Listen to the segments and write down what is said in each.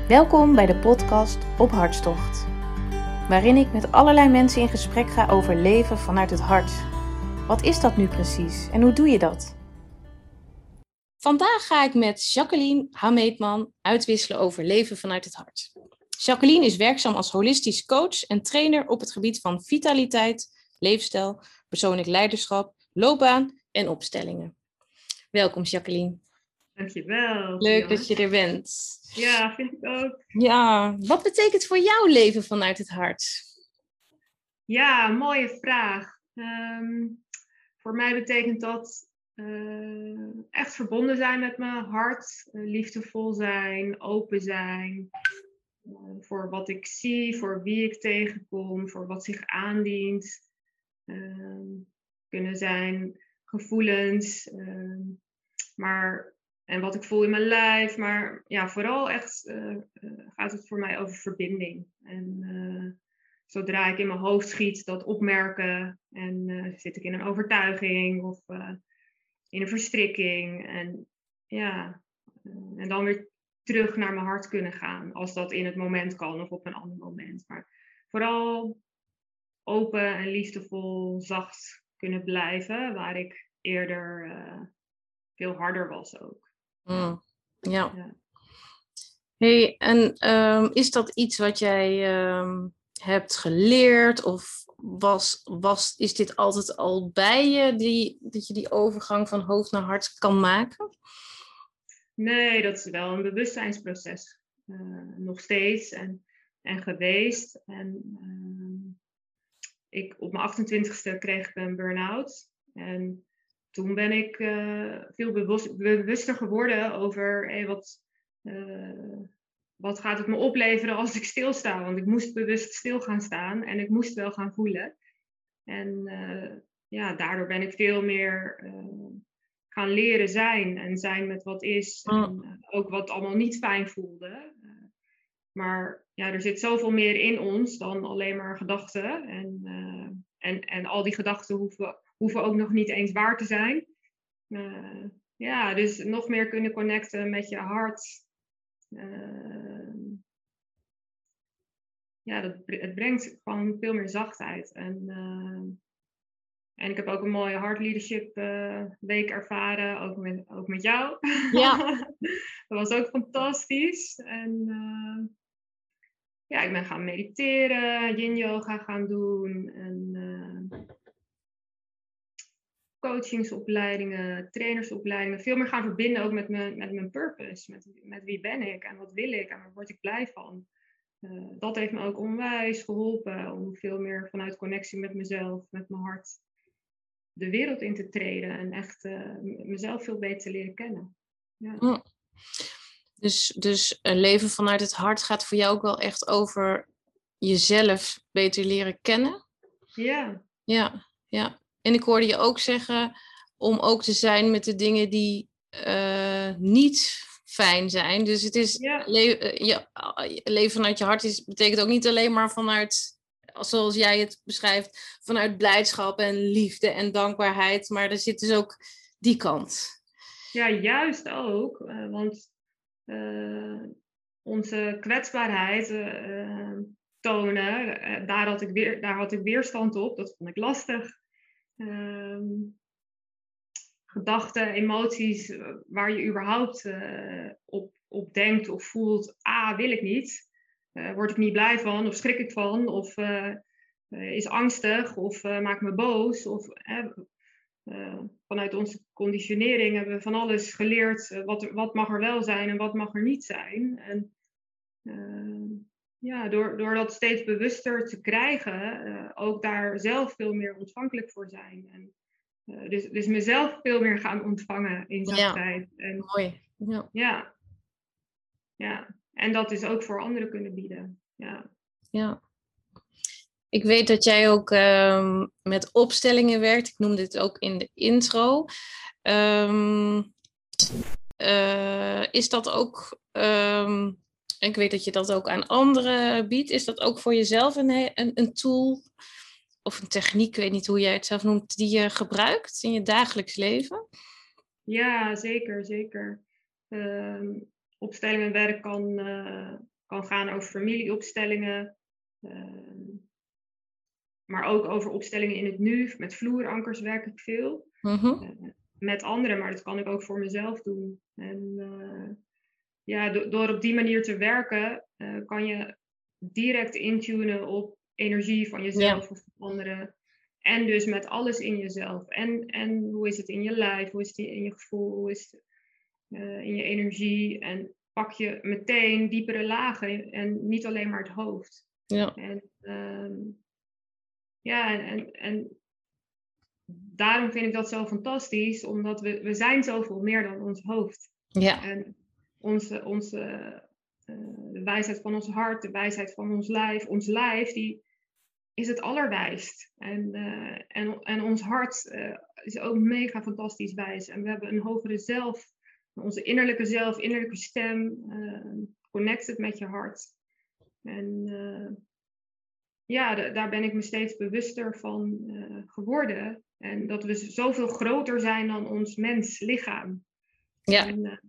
Welkom bij de podcast Op Hartstocht, waarin ik met allerlei mensen in gesprek ga over leven vanuit het hart. Wat is dat nu precies en hoe doe je dat? Vandaag ga ik met Jacqueline Hameetman uitwisselen over leven vanuit het hart. Jacqueline is werkzaam als holistisch coach en trainer op het gebied van vitaliteit, leefstijl, persoonlijk leiderschap, loopbaan en opstellingen. Welkom Jacqueline. Dankjewel. Leuk dat je er bent. Ja, vind ik ook. Ja, wat betekent voor jou leven vanuit het hart? Ja, mooie vraag. Voor mij betekent dat echt verbonden zijn met mijn hart. Liefdevol zijn, open zijn. Voor wat ik zie, voor wie ik tegenkom, voor wat zich aandient. Kunnen zijn gevoelens, en wat ik voel in mijn lijf. Maar ja, vooral echt gaat het voor mij over verbinding. En zodra ik in mijn hoofd schiet dat opmerken en zit ik in een overtuiging of in een verstrikking. En ja, en dan weer terug naar mijn hart kunnen gaan. Als dat in het moment kan of op een ander moment. Maar vooral open en liefdevol, zacht kunnen blijven. Waar ik eerder veel harder was ook. Ja. Hey, en is dat iets wat jij hebt geleerd of is dit altijd al bij je, dat je die overgang van hoofd naar hart kan maken? Nee, dat is wel een bewustzijnsproces. Nog steeds en geweest. En op mijn 28e kreeg ik een burn-out. En toen ben ik veel bewuster geworden over wat gaat het me opleveren als ik stilsta. Want ik moest bewust stil gaan staan en ik moest wel gaan voelen. En daardoor ben ik veel meer gaan leren zijn. En zijn met wat is. En ook wat allemaal niet fijn voelde. Maar ja, er zit zoveel meer in ons dan alleen maar gedachten. En al die gedachten hoeven ook nog niet eens waar te zijn. Dus nog meer kunnen connecten met je hart. Het brengt gewoon veel meer zachtheid. En ik heb ook een mooie heart leadership week ervaren, ook met jou. Ja. Dat was ook fantastisch. En ik ben gaan mediteren, yin yoga gaan doen. En coachingsopleidingen, trainersopleidingen. Veel meer gaan verbinden ook met mijn purpose. Met wie ben ik en wat wil ik en waar word ik blij van. Dat heeft me ook onwijs geholpen om veel meer vanuit connectie met mezelf, met mijn hart, de wereld in te treden. En echt mezelf veel beter te leren kennen. Ja. Dus een leven vanuit het hart gaat voor jou ook wel echt over jezelf beter leren kennen? Ja. En ik hoorde je ook zeggen om ook te zijn met de dingen die niet fijn zijn. Dus het is leven vanuit je hart betekent ook niet alleen maar vanuit, zoals jij het beschrijft, vanuit blijdschap en liefde en dankbaarheid. Maar er zit dus ook die kant. Ja, juist ook. Want onze kwetsbaarheid tonen, daar had ik weerstand op. Dat vond ik lastig. Gedachten, emoties waar je überhaupt op denkt of voelt, wil ik niet. Word ik niet blij van of schrik ik van of is angstig of maakt me boos. Of vanuit onze conditionering hebben we van alles geleerd. Wat mag er wel zijn en wat mag er niet zijn. En door dat steeds bewuster te krijgen, ook daar zelf veel meer ontvankelijk voor zijn. En, dus mezelf veel meer gaan ontvangen in zachtheid. Ja, mooi. Ja. En dat is ook voor anderen kunnen bieden. Ja. Ik weet dat jij ook met opstellingen werkt. Ik noemde het ook in de intro. Is dat ook... ik weet dat je dat ook aan anderen biedt. Is dat ook voor jezelf een tool of een techniek, ik weet niet hoe jij het zelf noemt, die je gebruikt in je dagelijks leven? Ja, zeker. Opstellingenwerk kan gaan over familieopstellingen. Maar ook over opstellingen in het nu. Met vloerankers werk ik veel. Met anderen, maar dat kan ik ook voor mezelf doen. En door op die manier te werken, kan je direct intunen op energie van jezelf of van anderen. En dus met alles in jezelf. En hoe is het in je lijf, hoe is het in je gevoel, hoe is het in je energie. En pak je meteen diepere lagen en niet alleen maar het hoofd. Ja. En daarom vind ik dat zo fantastisch, omdat we zijn zoveel meer dan ons hoofd. Ja. En de wijsheid van ons hart, de wijsheid van ons lijf, die is het allerwijst. En ons hart is ook mega fantastisch wijs. En we hebben een hogere zelf, onze innerlijke zelf, innerlijke stem, connected met je hart. En daar ben ik me steeds bewuster van geworden. En dat we zoveel groter zijn dan ons menslichaam. Ja.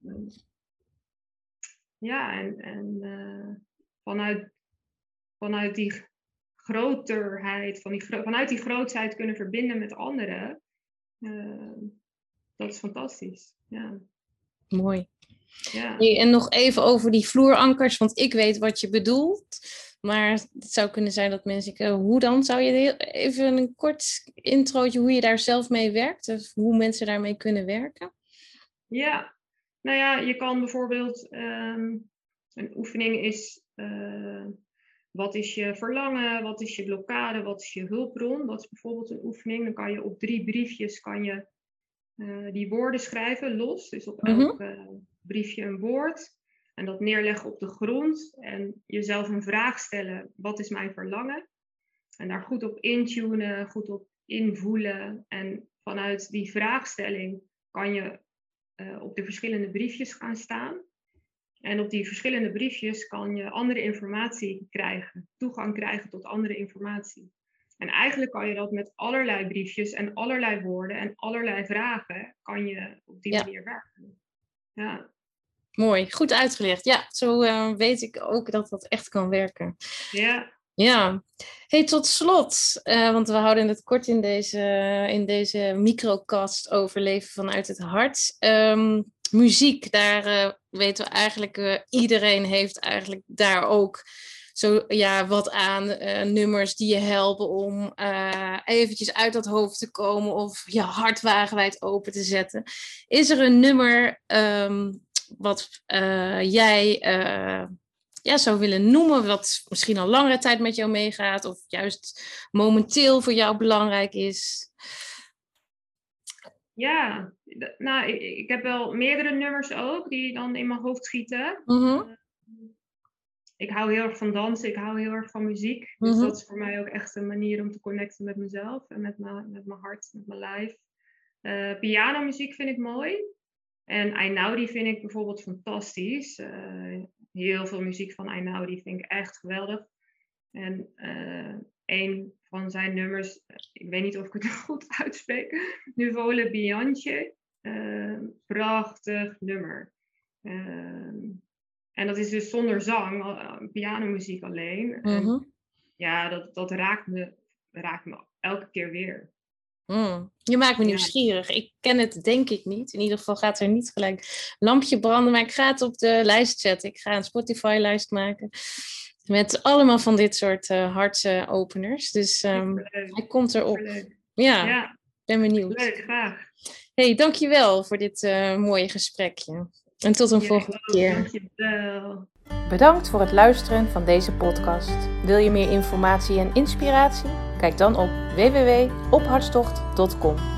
Vanuit die groterheid, vanuit die grootheid kunnen verbinden met anderen. Dat is fantastisch. Ja. Mooi. Ja. Hey, en nog even over die vloerankers, want ik weet wat je bedoelt. Maar het zou kunnen zijn dat mensen denken, hoe dan? Zou je even een kort introotje hoe je daar zelf mee werkt? Of hoe mensen daarmee kunnen werken? Ja, nou ja, je kan bijvoorbeeld, een oefening is, wat is je verlangen, wat is je blokkade, wat is je hulpbron? Dat is bijvoorbeeld een oefening. Dan kan je op 3 briefjes die woorden schrijven, los. Dus op elk briefje een woord. En dat neerleggen op de grond. En jezelf een vraag stellen, wat is mijn verlangen? En daar goed op intunen, goed op invoelen. En vanuit die vraagstelling kan je op de verschillende briefjes gaan staan. En op die verschillende briefjes kan je andere informatie krijgen. Toegang krijgen tot andere informatie. En eigenlijk kan je dat met allerlei briefjes en allerlei woorden en allerlei vragen kan je op die manier werken. Ja. Mooi, goed uitgelegd. Ja, zo weet ik ook dat dat echt kan werken. Ja. Hey, tot slot, want we houden het kort in deze microcast over leven vanuit het hart. Muziek, daar weten we eigenlijk, iedereen heeft eigenlijk daar ook wat aan. Nummers die je helpen om eventjes uit dat hoofd te komen of je hart wagenwijd open te zetten. Is er een nummer wat jij zou willen noemen, wat misschien al langere tijd met jou meegaat of juist momenteel voor jou belangrijk is? Ja, nou, ik heb wel meerdere nummers ook die dan in mijn hoofd schieten. Ik hou heel erg van dansen, ik hou heel erg van muziek. Dus dat is voor mij ook echt een manier om te connecten met mezelf en met mijn hart, met mijn lijf. Pianomuziek vind ik mooi. En Einaudi vind ik bijvoorbeeld fantastisch. Heel veel muziek van Einaudi vind ik echt geweldig. En een van zijn nummers, ik weet niet of ik het goed uitspreek, Nuvole Bianche. Prachtig nummer. En dat is dus zonder zang, pianomuziek alleen. En ja, dat raakt me elke keer weer. Je maakt me nieuwsgierig. Ik ken het denk ik niet. In ieder geval gaat er niet gelijk lampje branden. Maar ik ga het op de lijst zetten. Ik ga een Spotify-lijst maken. Met allemaal van dit soort hartopeners. Dus hij komt erop. Ja, ben benieuwd. Leuk, graag. Hey, dankjewel voor dit mooie gesprekje. En tot een volgende keer. Dankjewel. Bedankt voor het luisteren van deze podcast. Wil je meer informatie en inspiratie? Kijk dan op www.ophartstocht.com.